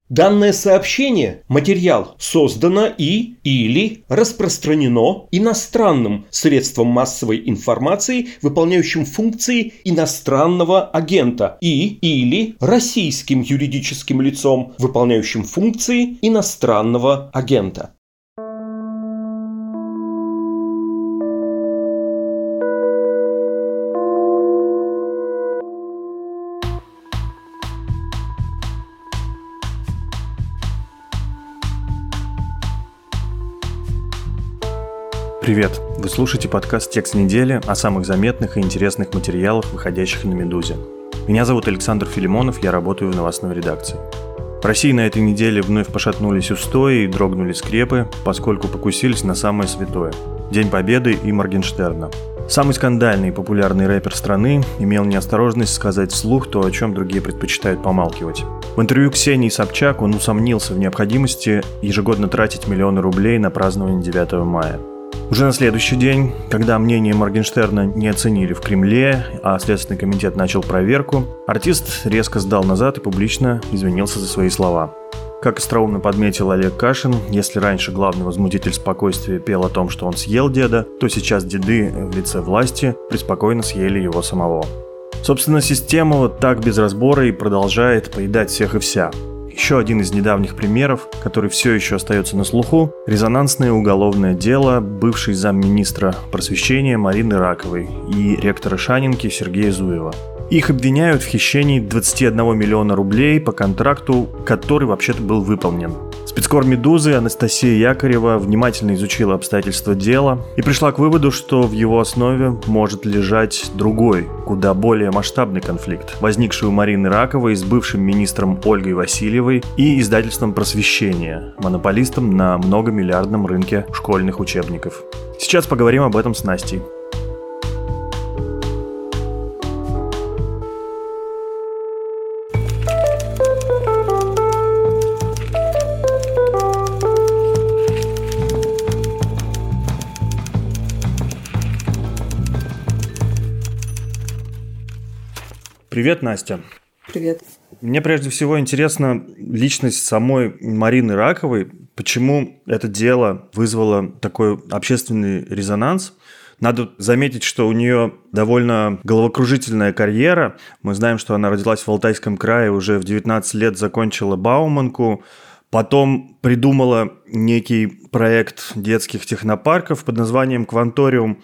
Данное сообщение, материал, создано или распространено иностранным средством массовой информации, выполняющим функции иностранного агента, или российским юридическим лицом, выполняющим функции иностранного агента. Привет! Вы слушаете подкаст «Текст недели» о самых заметных и интересных материалах, выходящих на «Медузе». Меня зовут Александр Филимонов, я работаю в новостной редакции. В России на этой неделе вновь пошатнулись устои и дрогнули скрепы, поскольку покусились на самое святое – День Победы и Моргенштерна. Самый скандальный и популярный рэпер страны имел неосторожность сказать вслух то, о чем другие предпочитают помалкивать. В интервью Ксении Собчак он усомнился в необходимости ежегодно тратить миллионы рублей на празднование 9 мая. Уже на следующий день, когда мнение Моргенштерна не оценили в Кремле, а Следственный комитет начал проверку, артист резко сдал назад и публично извинился за свои слова. Как остроумно подметил Олег Кашин, если раньше главный возмутитель спокойствия пел о том, что он съел деда, то сейчас деды в лице власти преспокойно съели его самого. Собственно, система вот так без разбора и продолжает поедать всех и вся. Еще один из недавних примеров, который все еще остается на слуху – резонансное уголовное дело бывшей замминистра просвещения Марины Раковой и ректора Шанинки Сергея Зуева. Их обвиняют в хищении 21 миллиона рублей по контракту, который вообще-то был выполнен. Спецкор «Медузы» Анастасия Якорева внимательно изучила обстоятельства дела и пришла к выводу, что в его основе может лежать другой, куда более масштабный конфликт, возникший у Марины Раковой с бывшим министром Ольгой Васильевой и издательством «Просвещение», монополистом на многомиллиардном рынке школьных учебников. Сейчас поговорим об этом с Настей. Привет, Настя. Привет. Мне прежде всего интересна личность самой Марины Раковой. Почему это дело вызвало такой общественный резонанс? Надо заметить, что у нее довольно головокружительная карьера. Мы знаем, что она родилась в Алтайском крае, уже в 19 лет закончила Бауманку. Потом придумала некий проект детских технопарков под названием «Кванториум».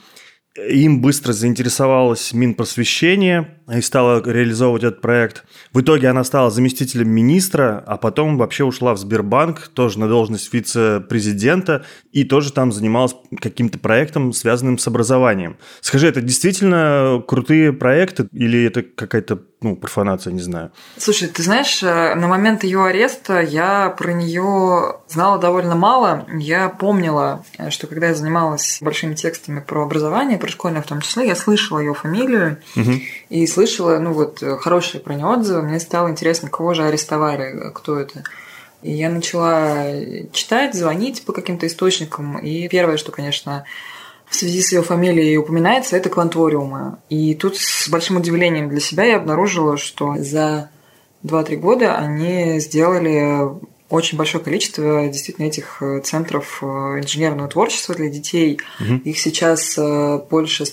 Им быстро заинтересовалась Минпросвещение и стала реализовывать этот проект. В итоге она стала заместителем министра, а потом вообще ушла в Сбербанк, тоже на должность вице-президента, и тоже там занималась каким-то проектом, связанным с образованием. Скажи, это действительно крутые проекты или это какая-то профанация, не знаю? Слушай, ты знаешь, на момент ее ареста я про нее знала довольно мало. Я помнила, что когда я занималась большими текстами про образование, про школьное в том числе, я слышала ее фамилию и слышала, хорошие про нее отзывы. Мне стало интересно, кого же арестовали, кто это. И я начала читать, звонить по каким-то источникам. И первое, что, конечно, в связи с ее фамилией упоминается, это «Кванториумы». И тут с большим удивлением для себя я обнаружила, что за 2-3 года они сделали очень большое количество действительно этих центров инженерного творчества для детей. Их сейчас больше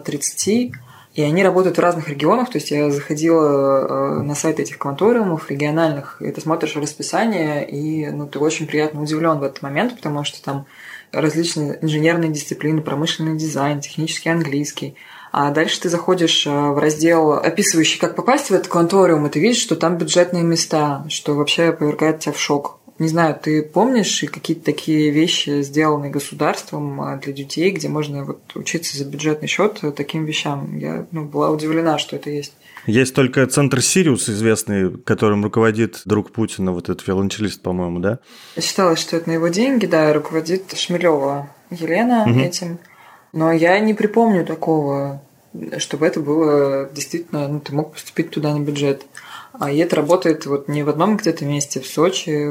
130, и они работают в разных регионах. То есть я заходила на сайт этих кванториумов региональных, и ты смотришь расписание, и ты очень приятно удивлен в этот момент, потому что там различные инженерные дисциплины, промышленный дизайн, технический английский. А дальше ты заходишь в раздел, описывающий, как попасть в этот кванториум, и ты видишь, что там бюджетные места, что вообще повергает тебя в шок. Не знаю, ты помнишь какие-то такие вещи, сделанные государством для детей, где можно учиться за бюджетный счет таким вещам? Я была удивлена, что это есть. Есть только центр «Сириус» известный, которым руководит друг Путина, этот виолончелист, по-моему, да? Считалось, что это на его деньги, да, руководит Шмелева Елена этим. Но я не припомню такого, чтобы это было действительно, ты мог поступить туда на бюджет. И это работает не в одном где-то месте, в Сочи,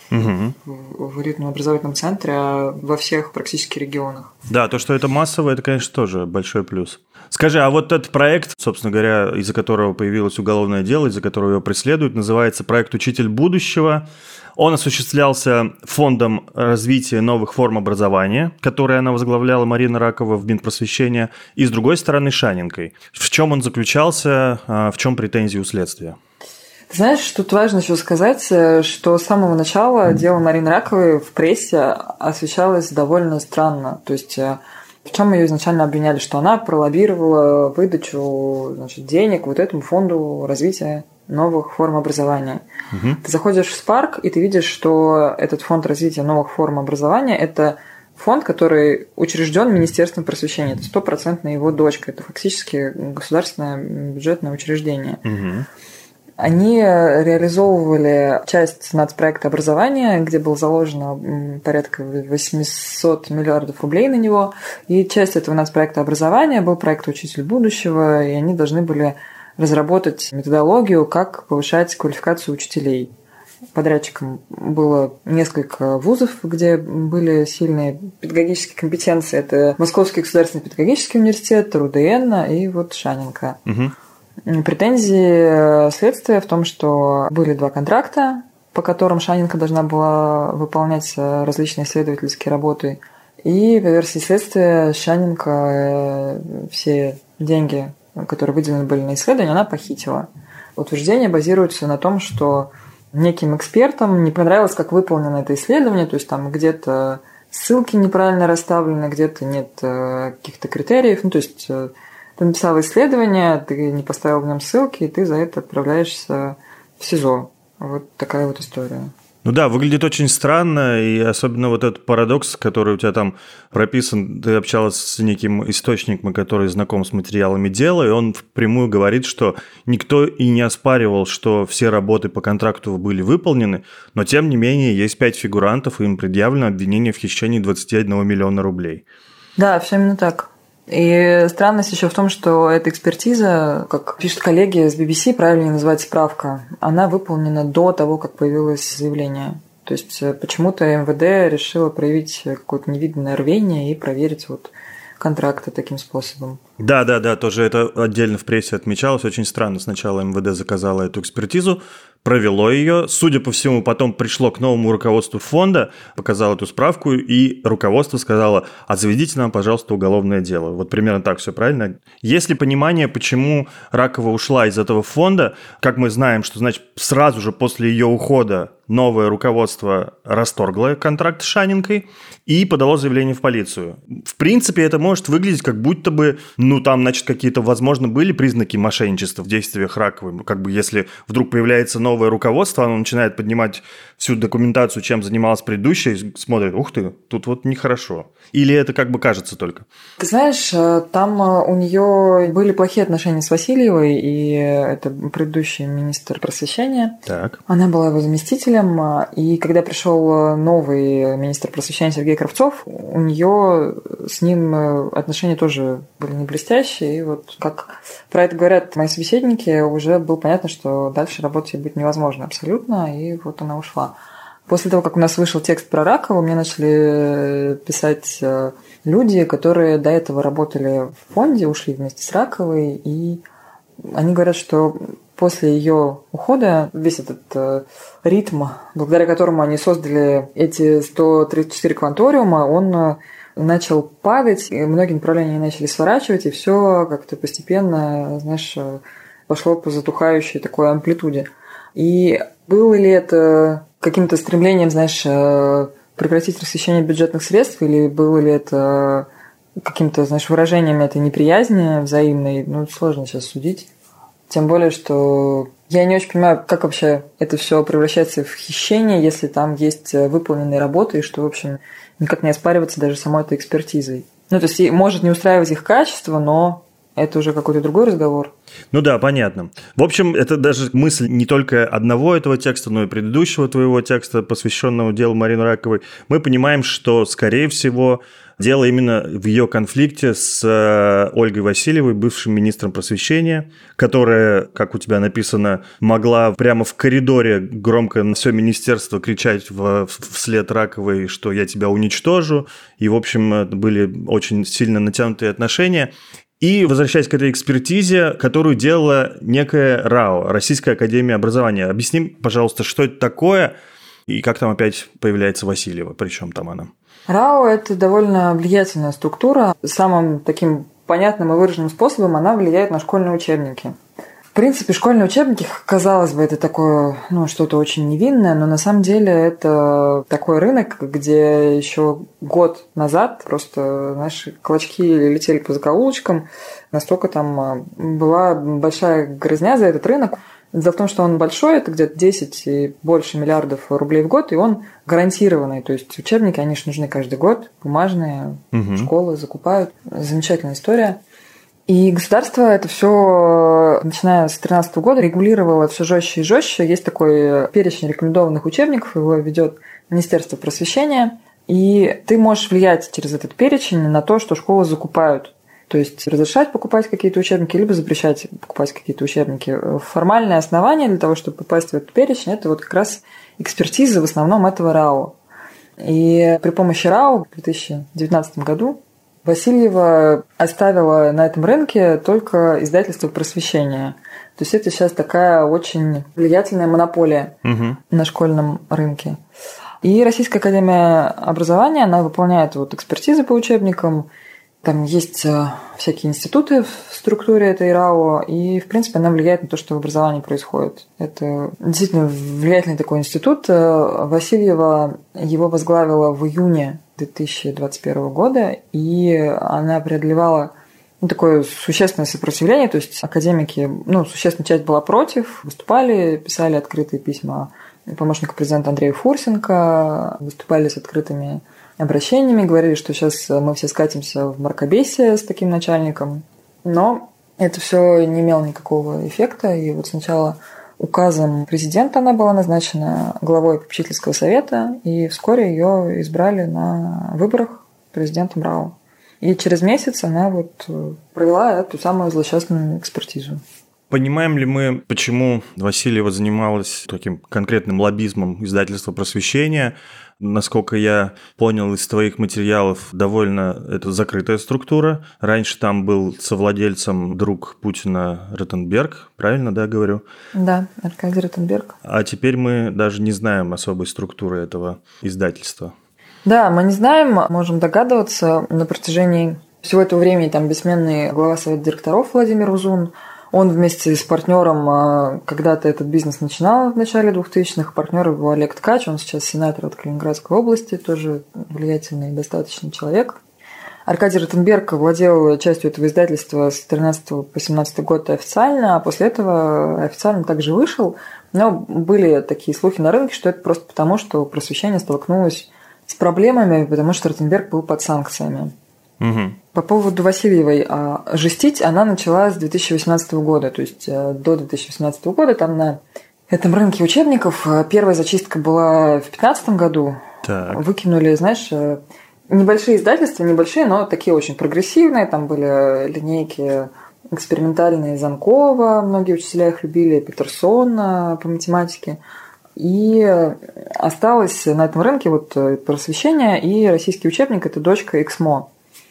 в элитном образовательном центре, а во всех практически регионах. Да, то, что это массово, это, конечно, тоже большой плюс. Скажи, а вот этот проект, собственно говоря, из-за которого появилось уголовное дело, из-за которого его преследуют, называется проект «Учитель будущего». Он осуществлялся Фондом развития новых форм образования, который она возглавляла, Марина Ракова, в Минпросвещения, и, с другой стороны, Шанинкой. В чем он заключался, в чем претензии у следствия? Ты знаешь, тут важно еще сказать, что с самого начала дело Марины Раковой в прессе освещалось довольно странно. То есть в чем ее изначально обвиняли, что она пролоббировала выдачу денег вот этому фонду развития новых форм образования. Угу. Ты заходишь в Spark, и ты видишь, что этот фонд развития новых форм образования – это фонд, который учрежден Министерством просвещения. Это 100% его дочка. Это фактически государственное бюджетное учреждение. Угу. Они реализовывали часть нацпроекта образования, где было заложено порядка 800 миллиардов рублей на него, и часть этого нацпроекта образования был проект «Учитель будущего», и они должны были разработать методологию, как повышать квалификацию учителей. Подрядчиком было несколько вузов, где были сильные педагогические компетенции. Это Московский государственный педагогический университет, РУДН и вот Шанинка. Угу. Претензии следствия в том, что были 2 контракта, по которым Шанинка должна была выполнять различные исследовательские работы. И по версии следствия Шанинка все деньги, которые выделены были на исследование, она похитила. Утверждение базируется на том, что неким экспертам не понравилось, как выполнено это исследование, то есть там где-то ссылки неправильно расставлены, где-то нет каких-то критериев, то есть ты написал исследование, ты не поставил в нем ссылки, и ты за это отправляешься в СИЗО. Вот такая вот история. Ну да, выглядит очень странно, и особенно вот этот парадокс, который у тебя там прописан, ты общалась с неким источником, который знаком с материалами дела, и он впрямую говорит, что никто и не оспаривал, что все работы по контракту были выполнены, но тем не менее есть 5 фигурантов, и им предъявлено обвинение в хищении 21 миллиона рублей. Да, все именно так. И странность еще в том, что эта экспертиза, как пишут коллеги с BBC, правильнее называть справка, она выполнена до того, как появилось заявление. То есть почему-то МВД решило проявить какое-то невиданное рвение и проверить вот контракты таким способом. Да, тоже это отдельно в прессе отмечалось. Очень странно. Сначала МВД заказало эту экспертизу, провело ее. Судя по всему, потом пришло к новому руководству фонда, показало эту справку, и руководство сказало: а заведите нам, пожалуйста, уголовное дело. Вот примерно так все правильно. Есть ли понимание, почему Ракова ушла из этого фонда? Как мы знаем, что, значит, сразу же после ее ухода новое руководство расторгло контракт с Шанинкой и подало заявление в полицию. В принципе, это может выглядеть как будто бы, там, значит, какие-то, возможно, были признаки мошенничества в действиях Раковой. Как бы если вдруг появляется новое руководство, оно начинает поднимать всю документацию, чем занималась предыдущая, и смотрит: ух ты, тут вот нехорошо. Или это как бы кажется только? Ты знаешь, там у нее были плохие отношения с Васильевой, и это предыдущий министр просвещения. Так. Она была его заместителем, и когда пришел новый министр просвещения Сергей Кравцов, у нее с ним отношения тоже были не блестящие, и вот как про это говорят мои собеседники, уже было понятно, что дальше работать ей будет невозможно абсолютно, и вот она ушла. После того, как у нас вышел текст про Ракову, мне начали писать люди, которые до этого работали в фонде, ушли вместе с Раковой, и они говорят, что после ее ухода весь этот ритм, благодаря которому они создали эти 134 кванториума, он начал падать, и многие направления начали сворачивать, и все как-то постепенно, знаешь, пошло по затухающей такой амплитуде. И было ли это каким-то стремлением, знаешь, прекратить расхищение бюджетных средств, или было ли это каким-то, знаешь, выражением этой неприязни взаимной? Сложно сейчас судить. Тем более, что я не очень понимаю, как вообще это все превращается в хищение, если там есть выполненные работы, и что, в общем, никак не оспариваться даже самой этой экспертизой. То есть может не устраивать их качество, но это уже какой-то другой разговор. Ну да, понятно. В общем, это даже мысль не только одного этого текста, но и предыдущего твоего текста, посвященного делу Марины Раковой. Мы понимаем, что, скорее всего, дело именно в ее конфликте с Ольгой Васильевой, бывшим министром просвещения, которая, как у тебя написано, могла прямо в коридоре громко на все министерство кричать вслед Раковой, что я тебя уничтожу. И, в общем, были очень сильно натянутые отношения. И возвращаясь к этой экспертизе, которую делала некая РАО, Российская академия образования. Объясни, пожалуйста, что это такое и как там опять появляется Васильева, причем там она? РАО – это довольно влиятельная структура. Самым таким понятным и выраженным способом она влияет на школьные учебники. В принципе, школьные учебники, казалось бы, это такое, что-то очень невинное, но на самом деле это такой рынок, где еще год назад просто, клочки летели по закоулочкам, настолько там была большая грызня за этот рынок. Дело в том, что он большой, это где-то 10 и больше миллиардов рублей в год, и он гарантированный. То есть учебники, они же нужны каждый год, бумажные, школы закупают. Замечательная история. И государство это все, начиная с 2013 года, регулировало все жестче и жестче. Есть такой перечень рекомендованных учебников, его ведет Министерство просвещения. И ты можешь влиять через этот перечень на то, что школы закупают. То есть разрешать покупать какие-то учебники, либо запрещать покупать какие-то учебники. Формальное основание для того, чтобы попасть в этот перечень, это вот как раз экспертиза в основном этого РАО. И при помощи РАО в 2019 году Васильева оставила на этом рынке только издательство просвещения. То есть это сейчас такая очень влиятельная монополия на школьном рынке. И Российская академия образования, она выполняет вот экспертизы по учебникам. Там есть всякие институты в структуре этой РАО, и, в принципе, она влияет на то, что в образовании происходит. Это действительно влиятельный такой институт. Васильева его возглавила в июне 2021 года, и она преодолевала такое существенное сопротивление, то есть академики, существенная часть была против, выступали, писали открытые письма помощнику президента Андрею Фурсенко, выступали с открытыми обращениями, говорили, что сейчас мы все скатимся в мракобесие с таким начальником. Но это все не имело никакого эффекта. И вот сначала указом президента она была назначена главой попечительского совета, и вскоре ее избрали на выборах президентом РАО. И через месяц она вот провела эту самую злосчастную экспертизу. Понимаем ли мы, почему Васильева занималась таким конкретным лоббизмом издательства просвещения? Насколько я понял из твоих материалов, довольно это закрытая структура. Раньше там был совладельцем друг Путина Ротенберг, правильно, да, говорю? Да, Аркадий Ротенберг. А теперь мы даже не знаем особой структуры этого издательства. Да, мы не знаем, можем догадываться. На протяжении всего этого времени там бессменный глава совета директоров Владимир Узун. Он вместе с партнером когда-то этот бизнес начинал в начале 2000-х. Партнер его Олег Ткач, он сейчас сенатор от Калининградской области, тоже влиятельный достаточно человек. Аркадий Ротенберг владел частью этого издательства с 2013 по 2017 год официально, а после этого официально также вышел. Но были такие слухи на рынке, что это просто потому, что просвещение столкнулось с проблемами, потому что Ротенберг был под санкциями. По поводу Васильевой, жестить она начала с 2018 года, то есть до 2018 года там на этом рынке учебников первая зачистка была в 2015 году. Так. Выкинули, небольшие издательства, но такие очень прогрессивные, там были линейки экспериментальные Занкова, многие учителя их любили, Петерсон по математике. И осталось на этом рынке просвещение и российский учебник – это дочка Эксмо.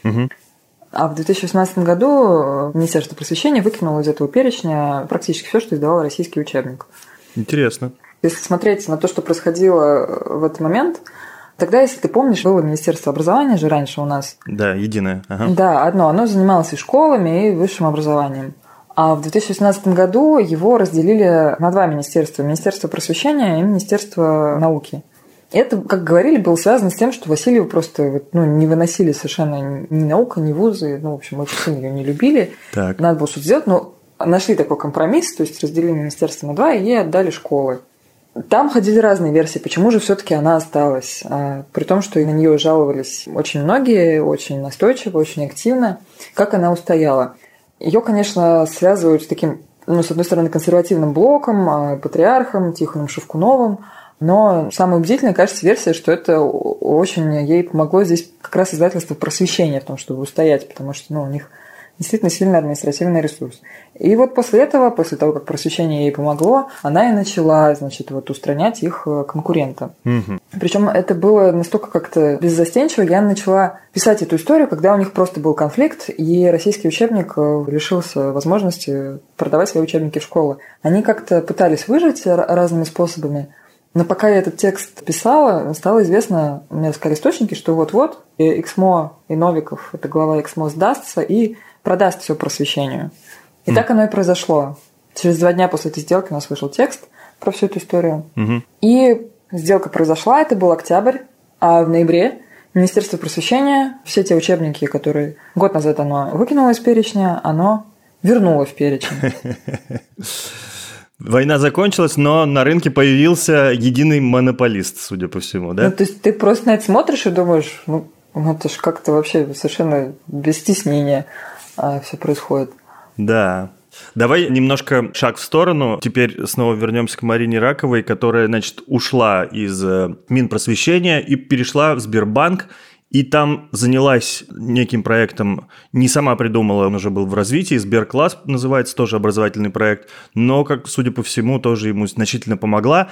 А в 2018 году Министерство просвещения выкинуло из этого перечня практически все, что издавал российский учебник. Интересно. Если смотреть на то, что происходило в этот момент, тогда, если ты помнишь, было Министерство образования же раньше у нас. Да, единое. Ага. Да, оно занималось и школами, и высшим образованием. А в 2018 году его разделили на два министерства. Министерство просвещения и Министерство науки. Это, как говорили, было связано с тем, что Васильеву просто не выносили совершенно ни наука, ни вузы. В общем, очень сильно ее не любили. Так. Надо было что-то сделать, но нашли такой компромисс, то есть разделили министерство на два и отдали школы. Там ходили разные версии, почему же все-таки она осталась. При том, что и на нее жаловались очень многие, очень настойчиво, очень активно. Как она устояла? Ее, конечно, связывают с таким, с одной стороны, консервативным блоком, патриархом Тихоном Шевкуновым. Но самая убедительная, кажется, версия, что это очень ей помогло здесь как раз издательство просвещения в том, чтобы устоять, потому что у них действительно сильный административный ресурс. И вот после этого, после того, как просвещение ей помогло, она и начала, значит, вот устранять их конкурента. Причем это было настолько как-то беззастенчиво, я начала писать эту историю, когда у них просто был конфликт, и российский учебник лишился возможности продавать свои учебники в школы. Они как-то пытались выжить разными способами, но пока я этот текст писала, стало известно, мне рассказали источники, что вот-вот Эксмо и Новиков, это глава Эксмо, сдастся и продаст все просвещению. И так оно и произошло. Через 2 дня после этой сделки у нас вышел текст про всю эту историю. И сделка произошла, это был октябрь, а в ноябре Министерство просвещения все те учебники, которые год назад оно выкинуло из перечня, оно вернуло в перечень. Война закончилась, но на рынке появился единый монополист, судя по всему, да? Ну, то есть ты просто на это смотришь и думаешь, ну это же как-то вообще совершенно без стеснения все происходит. Да. Давай немножко шаг в сторону. Теперь снова вернемся к Марине Раковой, которая, значит, ушла из Минпросвещения и перешла в Сбербанк. И там занялась неким проектом, не сама придумала, он уже был в развитии, Сберкласс называется, тоже образовательный проект, но, как, судя по всему, тоже ему значительно помогла.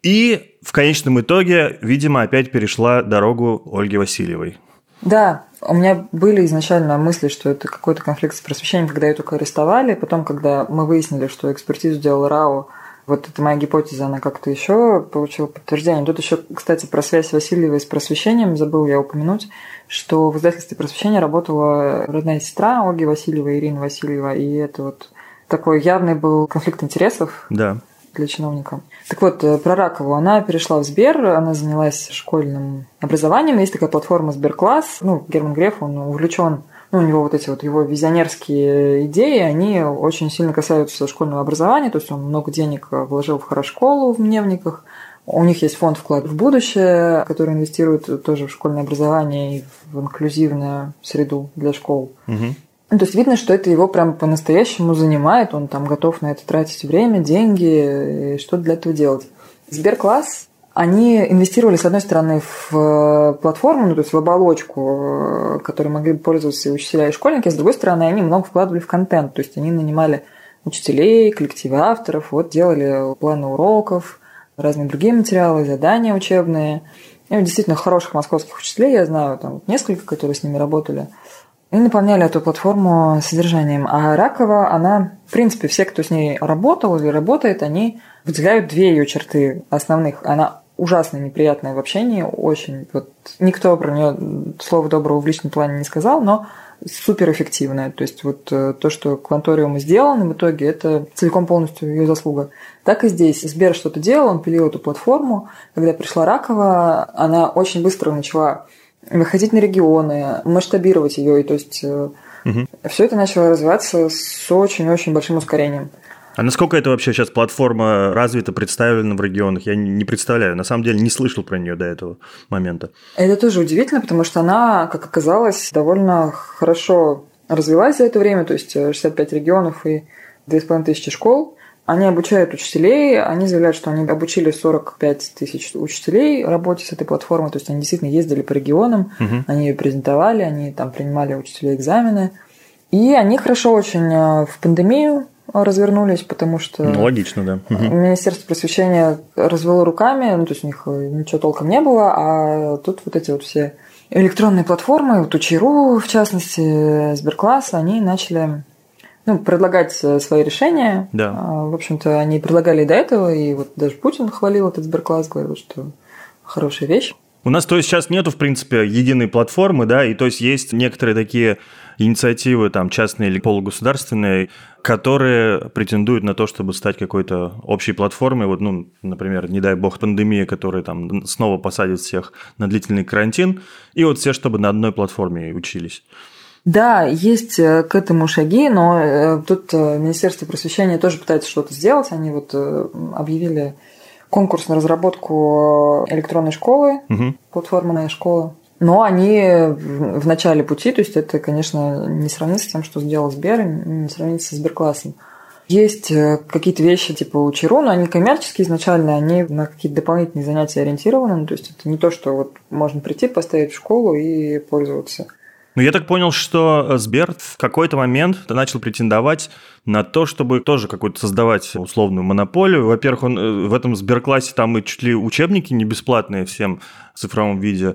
И в конечном итоге, видимо, опять перешла дорогу Ольге Васильевой. Да, у меня были изначально мысли, что это какой-то конфликт с просвещением, когда ее только арестовали. Потом, когда мы выяснили, что экспертизу делал РАО, вот эта моя гипотеза, она как-то еще получила подтверждение. Тут еще, кстати, про связь Васильевой с просвещением забыл я упомянуть, что в издательстве «Просвещение» работала родная сестра Ольги Васильевой, Ирина Васильева, и это вот такой явный был конфликт интересов. Да. Для чиновника. Так вот, про Ракову. Она перешла в Сбер, она занялась школьным образованием. Есть такая платформа Сберкласс. Ну, Герман Греф, он увлечен, ну, у него вот эти вот его визионерские идеи, они очень сильно касаются школьного образования. То есть он много денег вложил в Хорошколу в Мневниках. У них есть фонд «Вклад в будущее», который инвестирует тоже в школьное образование и в инклюзивную среду для школ. То есть видно, что это его прям по-настоящему занимает, он там готов на это тратить время, деньги, и что для этого делать. Сберкласс, они инвестировали, с одной стороны, в платформу, ну, то есть в оболочку, которой могли бы пользоваться и учителя, и школьники, а с другой стороны, они много вкладывали в контент, то есть они нанимали учителей, коллективы авторов, вот делали планы уроков, разные другие материалы, задания учебные. И действительно хороших московских учителей, я знаю, там несколько, которые с ними работали, и наполняли эту платформу содержанием. А Ракова, она, в принципе, все, кто с ней работал или работает, они выделяют 2 ее черты основных. Она ужасно неприятная в общении, очень. Вот никто про нее слова доброго в личном плане не сказал, но суперэффективная. То есть вот то, что Кванториум сделан, в итоге это целиком полностью ее заслуга. Так и здесь. Сбер что-то делал, он пилил эту платформу. Когда пришла Ракова, она очень быстро начала выходить на регионы, масштабировать ее, и то есть все это начало развиваться с очень-очень большим ускорением. А насколько это вообще сейчас платформа развита, представлена в регионах? Я не представляю. На самом деле не слышал про нее до этого момента. Это тоже удивительно, потому что она, как оказалось, довольно хорошо развилась за это время. То есть 65 регионов и 2500 школ. Они обучают учителей, они заявляют, что они обучили 45 тысяч учителей работе с этой платформой, то есть они действительно ездили по регионам, они ее презентовали, они там принимали учителей экзамены, и они хорошо очень в пандемию развернулись, потому что логично, да. Министерство просвещения развело руками, ну, то есть у них ничего толком не было, а тут вот эти вот все электронные платформы, вот УЧИРУ, в частности, Сберкласс, они начали предлагать свои решения. Да. В общем-то, они предлагали и до этого, и вот даже Путин хвалил этот Сберкласс, говорил, что хорошая вещь. У нас, то есть, сейчас нету, в принципе, единой платформы, да, и то есть есть некоторые такие инициативы, там, частные или полугосударственные, которые претендуют на то, чтобы стать какой-то общей платформой. Вот, например, не дай бог, пандемия, которая там снова посадит всех на длительный карантин, и вот все, чтобы на одной платформе учились. Да, есть к этому шаги, но тут Министерство просвещения тоже пытается что-то сделать. Они вот объявили конкурс на разработку электронной школы, платформы «Моя школа». Но они в начале пути, то есть это, конечно, не сравнится с тем, что сделал Сбер, не сравнится со Сберклассом. Есть какие-то вещи типа УЧИРУ, но они коммерческие изначально, они на какие-то дополнительные занятия ориентированы. То есть это не то, что вот можно прийти, поставить в школу и пользоваться. Ну, я так понял, что Сбер в какой-то момент начал претендовать на то, чтобы тоже какую-то создавать условную монополию. Во-первых, он в этом Сберклассе там и чуть ли учебники не бесплатные всем в цифровом виде.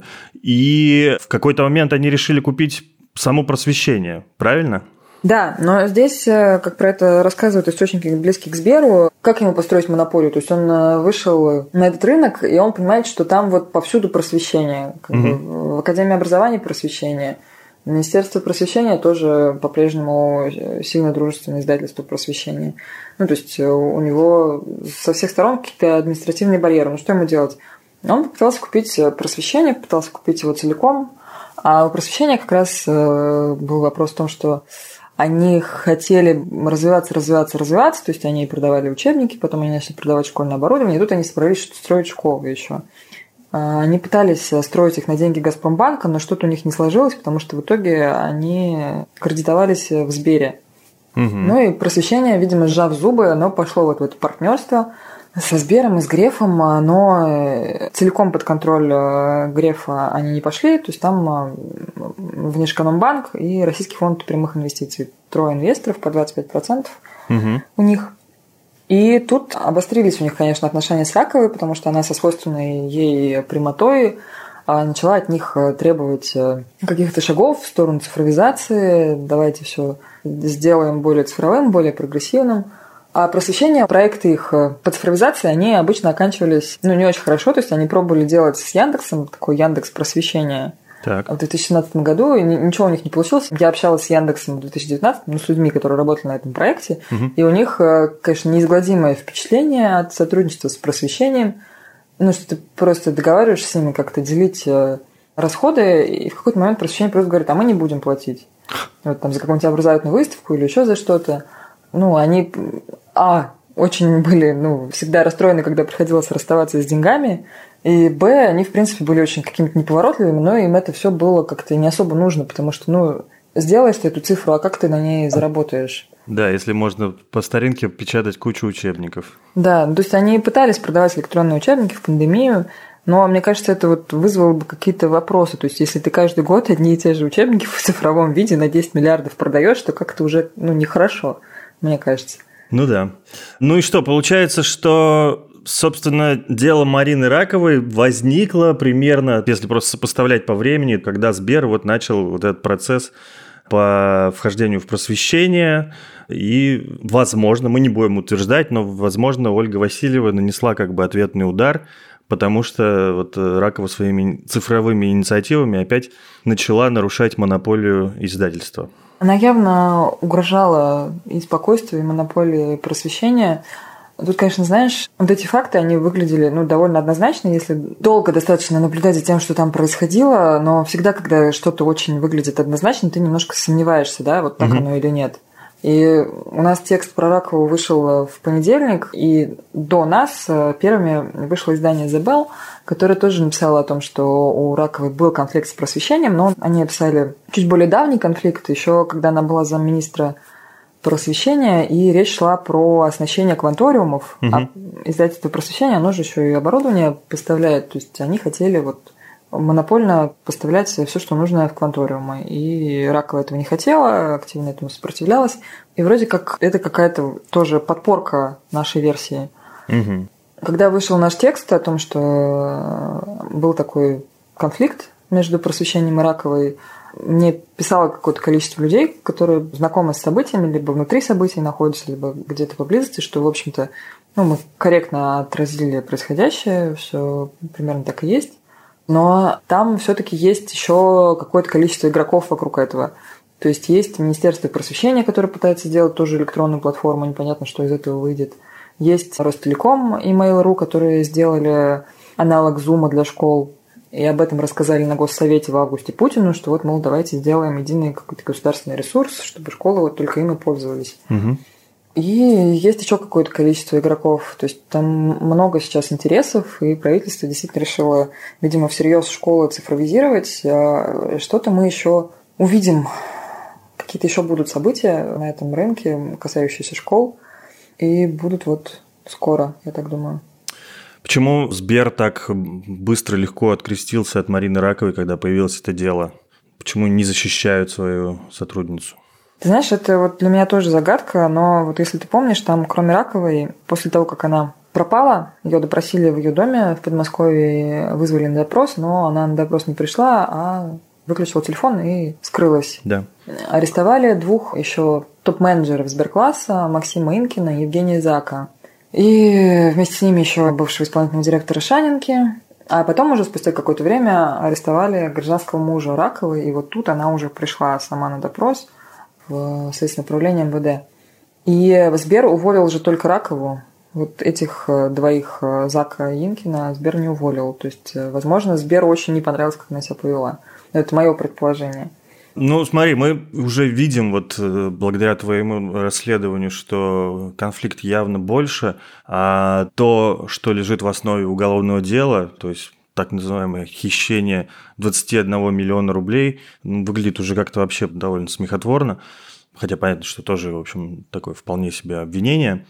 И в какой-то момент они решили купить само просвещение, правильно? Да, но здесь, как про это рассказывают источники, близкие к Сберу, как ему построить монополию? То есть он вышел на этот рынок, и он понимает, что там вот повсюду просвещение. В Академии образования просвещение. Министерство просвещения тоже по-прежнему сильно дружественное издательство просвещения. Ну, то есть у него со всех сторон какие-то административные барьеры. Ну, что ему делать? Он попытался купить просвещение, попытался купить его целиком. А у просвещения как раз был вопрос в том, что они хотели развиваться. То есть они продавали учебники, потом они начали продавать школьное оборудование, и тут они собрались строить школы еще. Они пытались строить их на деньги Газпромбанка, но что-то у них не сложилось, потому что в итоге они кредитовались в Сбере. Угу. Ну и просвещение, видимо, сжав зубы, оно пошло вот в это партнерство со Сбером и с Грефом, но целиком под контроль Грефа они не пошли, то есть там Внешэкономбанк и Российский фонд прямых инвестиций. 3 инвесторов по 25% у них. И тут обострились у них, конечно, отношения с Раковой, потому что она со свойственной ей прямотой начала от них требовать каких-то шагов в сторону цифровизации. Давайте все сделаем более цифровым, более прогрессивным. А просвещение, проекты их по цифровизации, они обычно оканчивались не очень хорошо. То есть они пробовали делать с Яндексом, такой Яндекс просвещение. Так. В 2017 году, и ничего у них не получилось. Я общалась с Яндексом в 2019, с людьми, которые работали на этом проекте, и у них, конечно, неизгладимое впечатление от сотрудничества с просвещением. Что ты просто договариваешься с ними как-то делить расходы, и в какой-то момент просвещение просто говорит, а мы не будем платить. Вот там за какую-нибудь образовательную выставку или еще за что-то. Они очень были всегда расстроены, когда приходилось расставаться с деньгами, и они, в принципе, были очень какими-то неповоротливыми, но им это все было как-то не особо нужно, потому что, сделаешь ты эту цифру, а как ты на ней заработаешь? Да, если можно по старинке печатать кучу учебников. Да, то есть они пытались продавать электронные учебники в пандемию, но мне кажется, это вызвало бы какие-то вопросы. То есть если ты каждый год одни и те же учебники в цифровом виде на 10 миллиардов продаешь, то как-то уже нехорошо, мне кажется. Да. И что, получается, что, собственно, дело Марины Раковой возникло примерно, если просто сопоставлять по времени, когда Сбер начал этот процесс по вхождению в просвещение, и, возможно, мы не будем утверждать, но, возможно, Ольга Васильева нанесла ответный удар, потому что Ракова своими цифровыми инициативами опять начала нарушать монополию издательства. Она явно угрожала и спокойствию, и монополии просвещения. Тут, конечно, знаешь, эти факты, они выглядели довольно однозначно, если долго достаточно наблюдать за тем, что там происходило, но всегда, когда что-то очень выглядит однозначно, ты немножко сомневаешься, да, так оно или нет. И у нас текст про Ракову вышел в понедельник, и до нас первыми вышло издание The Bell, которое тоже написало о том, что у Раковой был конфликт с просвещением, но они описали чуть более давний конфликт, еще когда она была замминистра просвещения, и речь шла про оснащение кванториумов. А издательство просвещения, оно же еще и оборудование поставляет, то есть они хотели монопольно поставлять все, что нужно в кванториумы. И Ракова этого не хотела, активно этому сопротивлялась. И вроде как это какая-то тоже подпорка нашей версии. Когда вышел наш текст о том, что был такой конфликт между просвещением и Раковой, мне писало какое-то количество людей, которые знакомы с событиями, либо внутри событий находятся, либо где-то поблизости, что, в общем-то, мы корректно отразили происходящее, все примерно так и есть. Но там все-таки есть еще какое-то количество игроков вокруг этого. То есть есть Министерство просвещения, которое пытается сделать тоже электронную платформу, непонятно, что из этого выйдет. Есть Ростелеком и Mail.ru, которые сделали аналог Zoom для школ. И об этом рассказали на Госсовете в августе Путину, что давайте сделаем единый какой-то государственный ресурс, чтобы школы только им и пользовались. И есть еще какое-то количество игроков. То есть там много сейчас интересов, и правительство действительно решило, видимо, всерьез школы цифровизировать. Что-то мы еще увидим. Какие-то еще будут события на этом рынке, касающиеся школ, и будут скоро, я так думаю. Почему Сбер так быстро, легко открестился от Марины Раковой, когда появилось это дело? Почему не защищают свою сотрудницу? Ты знаешь, это вот для меня тоже загадка, но вот если ты помнишь, там кроме Раковой, после того, как она пропала, ее допросили в ее доме в Подмосковье, вызвали на допрос, но она на допрос не пришла, а выключила телефон и скрылась. Да. Арестовали 2 еще топ-менеджеров Сберкласса, Максима Инкина и Евгения Зака. И вместе с ними еще бывшего исполнительного директора Шанинки. А потом уже спустя какое-то время арестовали гражданского мужа Раковой, и вот тут она уже пришла сама на допрос в Следственное управление МВД. И Сбер уволил уже только Ракову. Вот этих 2, Зака и Инкина, Сбер не уволил. То есть, возможно, Сберу очень не понравилось, как она себя повела. Это мое предположение. Ну, смотри, мы уже видим вот благодаря твоему расследованию, что конфликт явно больше, а то, что лежит в основе уголовного дела, то есть так называемое хищение 21 миллиона рублей, выглядит уже как-то вообще довольно смехотворно, хотя понятно, что тоже, в общем, такое вполне себе обвинение.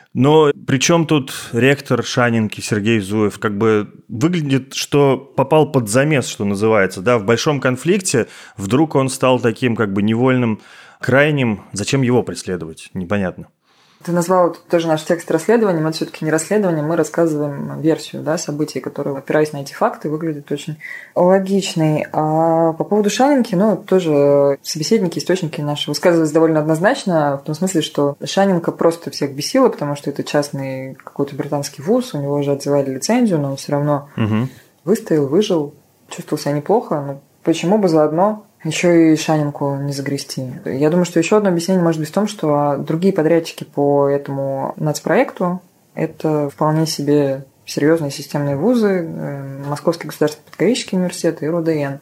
Но при чем тут ректор Шанинки Сергей Зуев? Как бы выглядит, что попал под замес, что называется, да, в большом конфликте вдруг он стал таким как бы невольным крайним. Зачем его преследовать? Непонятно. Ты назвал тоже наш текст расследованием, это все-таки не расследование, мы рассказываем версию, да, событий, которые, опираясь на эти факты, выглядят очень логичной. А по поводу Шанинки, тоже собеседники, источники наши высказывались довольно однозначно, в том смысле, что Шанинка просто всех бесила, потому что это частный какой-то британский вуз, у него уже отзывали лицензию, но он все равно выстоял, выжил, чувствовал себя неплохо, но почему бы заодно еще и Шанинку не загрести. Я думаю, что еще одно объяснение может быть в том, что другие подрядчики по этому нацпроекту – это вполне себе серьезные системные вузы, Московский государственный педагогический университет и РУДН.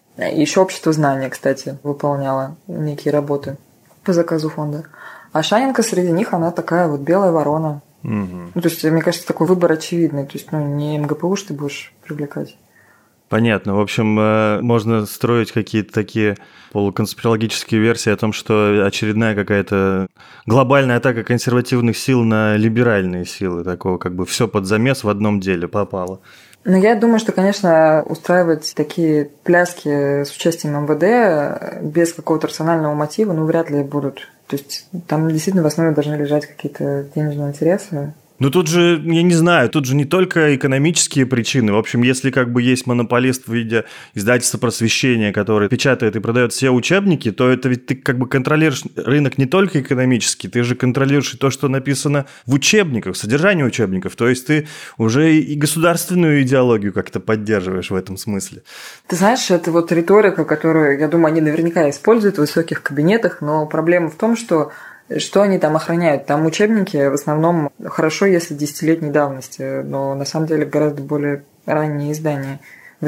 Еще общество знания, кстати, выполняло некие работы по заказу фонда. А Шанинка среди них, она такая вот белая ворона. То есть, мне кажется, такой выбор очевидный. То есть, не МГПУ ты будешь привлекать. Понятно. В общем, можно строить какие-то такие полуконспирологические версии о том, что очередная какая-то глобальная атака консервативных сил на либеральные силы. Такого как бы все под замес в одном деле попало. Я думаю, что, конечно, устраивать такие пляски с участием МВД без какого-то рационального мотива, вряд ли будут. То есть там действительно в основе должны лежать какие-то денежные интересы. Ну, тут же, я не знаю, тут же не только экономические причины. В общем, если как бы есть монополист в виде издательства просвещения, которое печатает и продает все учебники, то это ведь ты как бы контролируешь рынок не только экономический, ты же контролируешь и то, что написано в учебниках, в содержании учебников. То есть ты уже и государственную идеологию как-то поддерживаешь в этом смысле. Ты знаешь, это вот риторика, которую, я думаю, они наверняка используют в высоких кабинетах, но проблема в том, что они там охраняют? Там учебники в основном хорошо, если 10-летней давности, но на самом деле гораздо более ранние издания.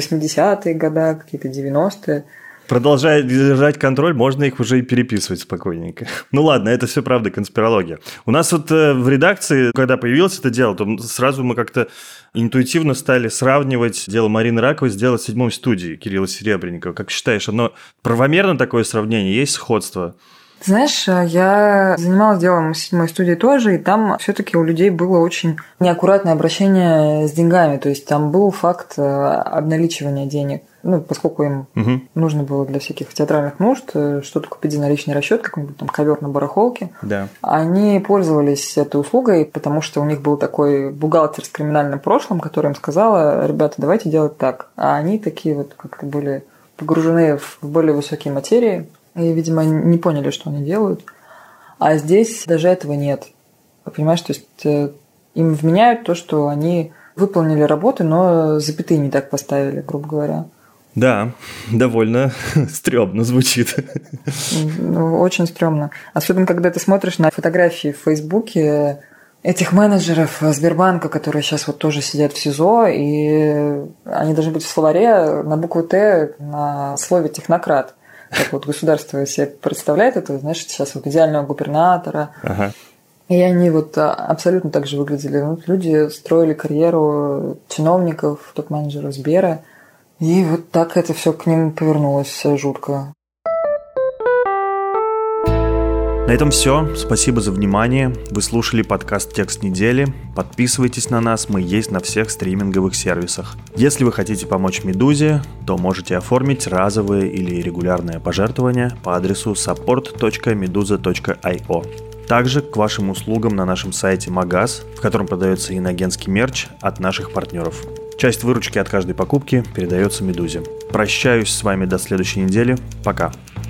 80-е годы, какие-то 90-е. Продолжая держать контроль, можно их уже и переписывать спокойненько. Ну ладно, это все правда конспирология. У нас вот в редакции, когда появилось это дело, то сразу мы как-то интуитивно стали сравнивать дело Марины Раковой с делом «Седьмой студии» Кирилла Серебренникова. Как считаешь, оно правомерно такое сравнение? Есть сходство? Ты знаешь, я занималась делом «Седьмой студии» тоже, и там все-таки у людей было очень неаккуратное обращение с деньгами. То есть там был факт обналичивания денег. Поскольку им нужно было для всяких театральных нужд что-то купить за наличный расчет, какой-нибудь там ковер на барахолке. Да. Они пользовались этой услугой, потому что у них был такой бухгалтер с криминальным прошлым, который им сказала: ребята, давайте делать так. А они такие вот как-то были погружены в более высокие материи. И, видимо, не поняли, что они делают. А здесь даже этого нет. Понимаешь, то есть им вменяют то, что они выполнили работы, но запятые не так поставили, грубо говоря. Да, довольно стрёмно звучит. Очень стрёмно. Особенно, когда ты смотришь на фотографии в Фейсбуке этих менеджеров Сбербанка, которые сейчас вот тоже сидят в СИЗО, и они должны быть в словаре на букву «Т» на слове «технократ». Как вот государство себе представляет это, знаешь, сейчас вот идеального губернатора. Ага. И они вот абсолютно так же выглядели. Люди строили карьеру чиновников, топ-менеджеров Сбера. И вот так это все к ним повернулось жутко. На этом все. Спасибо за внимание. Вы слушали подкаст «Текст недели». Подписывайтесь на нас, мы есть на всех стриминговых сервисах. Если вы хотите помочь «Медузе», то можете оформить разовые или регулярные пожертвования по адресу support.meduza.io. Также к вашим услугам на нашем сайте Магаз, в котором продается иноагентский мерч от наших партнеров. Часть выручки от каждой покупки передается «Медузе». Прощаюсь с вами до следующей недели. Пока.